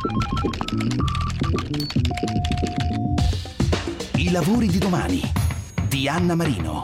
I lavori di domani di Anna Marino.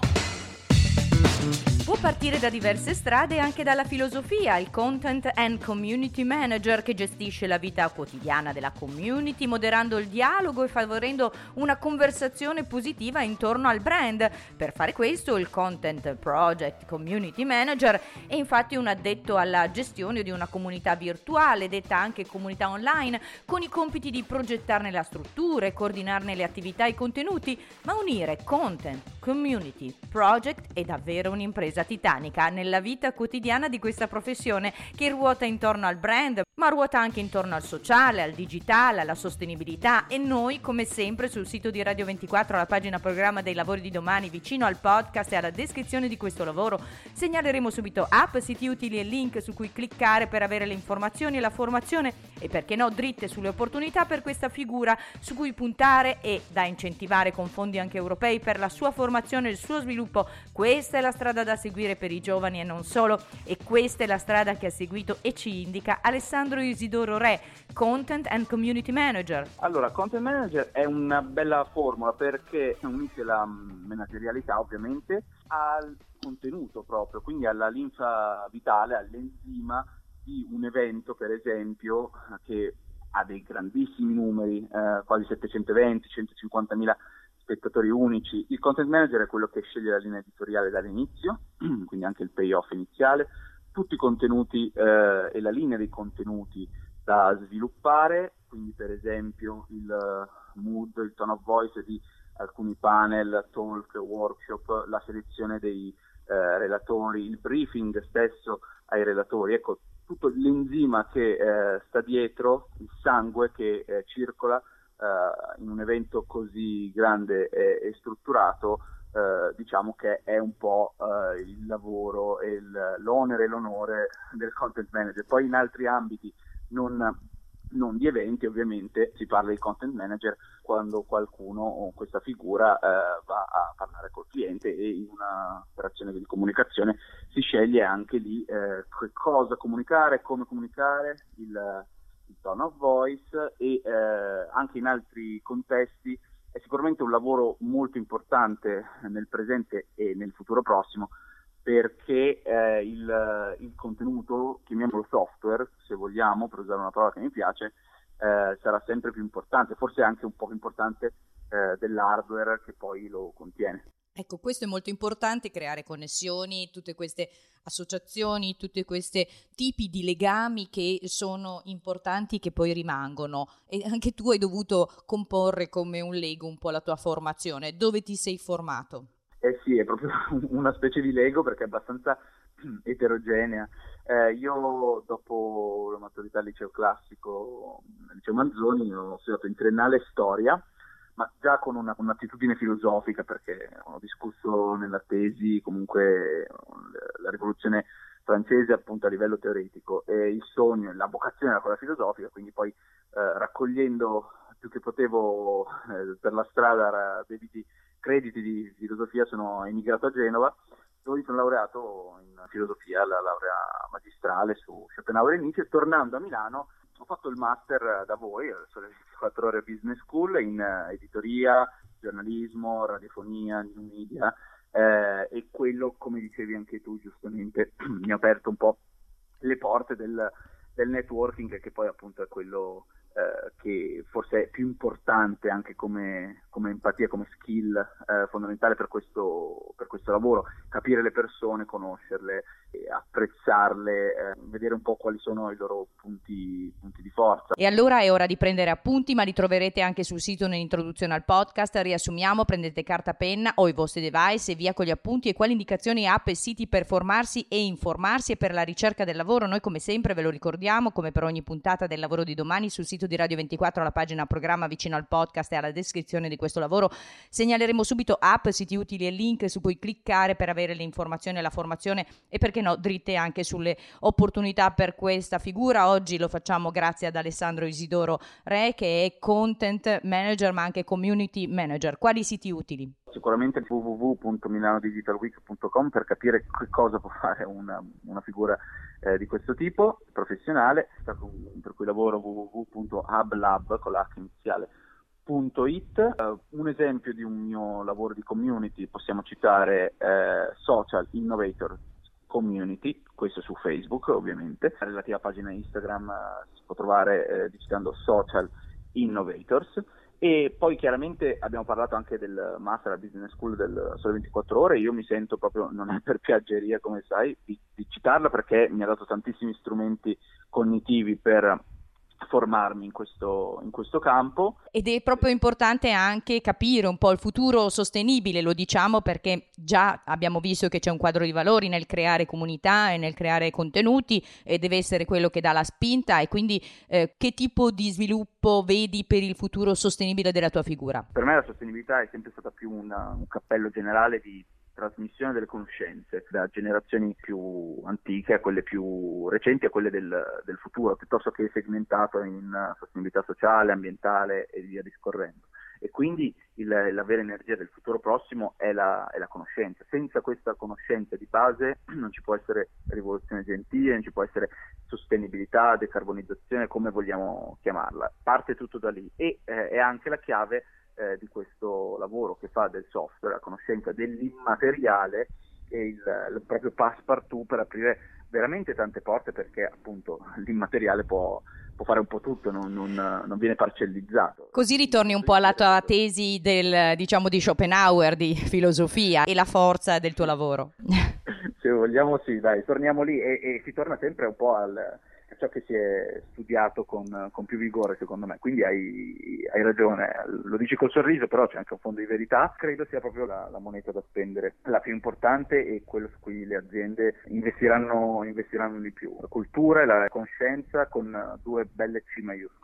Può partire da diverse strade, anche dalla filosofia. Il Content and Community Manager, che gestisce la vita quotidiana della community, moderando il dialogo e favorendo una conversazione positiva intorno al brand. Per fare questo, il Content Project Community Manager è infatti un addetto alla gestione di una comunità virtuale, detta anche comunità online, con i compiti di progettarne la struttura e coordinarne le attività e i contenuti. Ma unire content, community, project è davvero un'impresa titanica nella vita quotidiana di questa professione, che ruota intorno al brand, ma ruota anche intorno al sociale, al digitale, alla sostenibilità. E noi, come sempre, sul sito di Radio 24, alla pagina programma dei lavori di domani, vicino al podcast e alla descrizione di questo lavoro, segnaleremo subito app, siti utili e link su cui cliccare per avere le informazioni e la formazione, e perché no, dritte sulle opportunità per questa figura su cui puntare e da incentivare con fondi anche europei per la sua formazione e il suo sviluppo. Questa è la strada da seguire per i giovani e non solo, e questa è la strada che ha seguito e ci indica Alessandro Isidoro Re, Content and Community Manager. Allora, Content Manager è una bella formula perché unisce la managerialità ovviamente al contenuto proprio, quindi alla linfa vitale, all'enzima di un evento, per esempio, che ha dei grandissimi numeri, quasi 720, 150.000 spettatori unici. Il content manager è quello che sceglie la linea editoriale dall'inizio, quindi anche il payoff iniziale, tutti i contenuti e la linea dei contenuti da sviluppare, quindi per esempio il mood, il tone of voice di alcuni panel, talk, workshop, la selezione dei relatori, il briefing stesso ai relatori. Ecco, tutto l'enzima che sta dietro, il sangue che circola in un evento così grande e strutturato, diciamo che è un po' il lavoro e l'onere e l'onore del content manager. Poi in altri ambiti non di eventi, ovviamente, si parla di content manager quando qualcuno o questa figura va a parlare col cliente, e in una operazione di comunicazione si sceglie anche lì che cosa comunicare, come comunicare, il tone of voice, e anche in altri contesti è sicuramente un lavoro molto importante nel presente e nel futuro prossimo, perché il contenuto, chiamiamolo software, se vogliamo, per usare una parola che mi piace, sarà sempre più importante, forse anche un po' più importante dell'hardware che poi lo contiene. Ecco, questo è molto importante, creare connessioni, tutte queste associazioni, tutti questi tipi di legami che sono importanti, che poi rimangono. E anche tu hai dovuto comporre come un Lego un po' la tua formazione. Dove ti sei formato? Eh sì, è proprio una specie di Lego, perché è abbastanza eterogenea. Io dopo la maturità al liceo classico, al liceo Manzoni, ho studiato in triennale storia, ma già con un'attitudine filosofica, perché ho discusso nella tesi comunque la rivoluzione francese appunto a livello teoretico, e il sogno, la vocazione era quella filosofica, quindi poi raccogliendo più che potevo per la strada debiti crediti di filosofia, sono emigrato a Genova, dove mi sono laureato in filosofia, la laurea magistrale su Schopenhauer e Nietzsche. Tornando a Milano ho fatto il master da voi, Sole 24 Ore Business School, in editoria, giornalismo, radiofonia, new media, e quello, come dicevi anche tu giustamente, mi ha aperto un po' le porte del networking, che poi appunto è quello che forse è più importante anche come empatia, come skill fondamentale per questo lavoro: capire le persone, conoscerle, apprezzarle, vedere un po' quali sono i loro punti di forza. E allora è ora di prendere appunti, ma li troverete anche sul sito nell'introduzione al podcast. Riassumiamo: prendete carta, penna o i vostri device e via con gli appunti e quali indicazioni, app e siti per formarsi e informarsi e per la ricerca del lavoro. Noi come sempre ve lo ricordiamo, come per ogni puntata del lavoro di domani, sul sito di Radio 24, alla pagina programma vicino al podcast e alla descrizione di questo lavoro segnaleremo subito app, siti utili e link su cui cliccare per avere le informazioni e la formazione, e perché no, dritte anche sulle opportunità per questa figura. Oggi lo facciamo grazie ad Alessandro Isidoro Re, che è Content Manager ma anche Community Manager. Quali siti utili? Sicuramente www.milanodigitalweek.com per capire che cosa può fare una figura di questo tipo, professionale, per cui lavoro www.hublab con l'H iniziale.it. Un esempio di un mio lavoro di community possiamo citare Social Innovator Community, questo su Facebook ovviamente. La relativa pagina Instagram si può trovare digitando Social Innovators. E poi chiaramente abbiamo parlato anche del Master Business School del Sole 24 Ore. Io mi sento proprio, non è per piaggeria come sai, di citarla, perché mi ha dato tantissimi strumenti cognitivi per formarmi in questo campo. Ed è proprio importante anche capire un po' il futuro sostenibile, lo diciamo perché già abbiamo visto che c'è un quadro di valori nel creare comunità e nel creare contenuti, e deve essere quello che dà la spinta. E quindi che tipo di sviluppo vedi per il futuro sostenibile della tua figura? Per me la sostenibilità è sempre stata più un cappello generale di trasmissione delle conoscenze da generazioni più antiche a quelle più recenti, a quelle del futuro, piuttosto che segmentato in sostenibilità sociale, ambientale e via discorrendo. E quindi l'avere energia del futuro prossimo è la conoscenza. Senza questa conoscenza di base non ci può essere rivoluzione gentile, non ci può essere sostenibilità, decarbonizzazione, come vogliamo chiamarla. Parte tutto da lì, e è anche la chiave di questo lavoro che fa del software, la conoscenza dell'immateriale e il proprio passepartout per aprire veramente tante porte, perché appunto l'immateriale può fare un po' tutto, non viene parcellizzato. Così ritorni un po' alla tua tesi di Schopenhauer, di filosofia, e la forza del tuo lavoro. Se vogliamo sì, dai, torniamo lì, e si torna sempre un po' a ciò che si è studiato con più vigore, secondo me. Quindi hai ragione, lo dici col sorriso, però c'è anche un fondo di verità. Credo sia proprio la moneta da spendere, la più importante, e quello su cui le aziende investiranno di più. La cultura e la conoscenza, con 2 belle C maiuscole.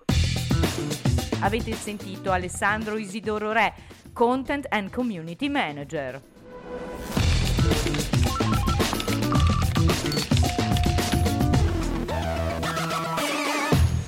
Avete sentito Alessandro Isidoro Re, Content and Community Manager.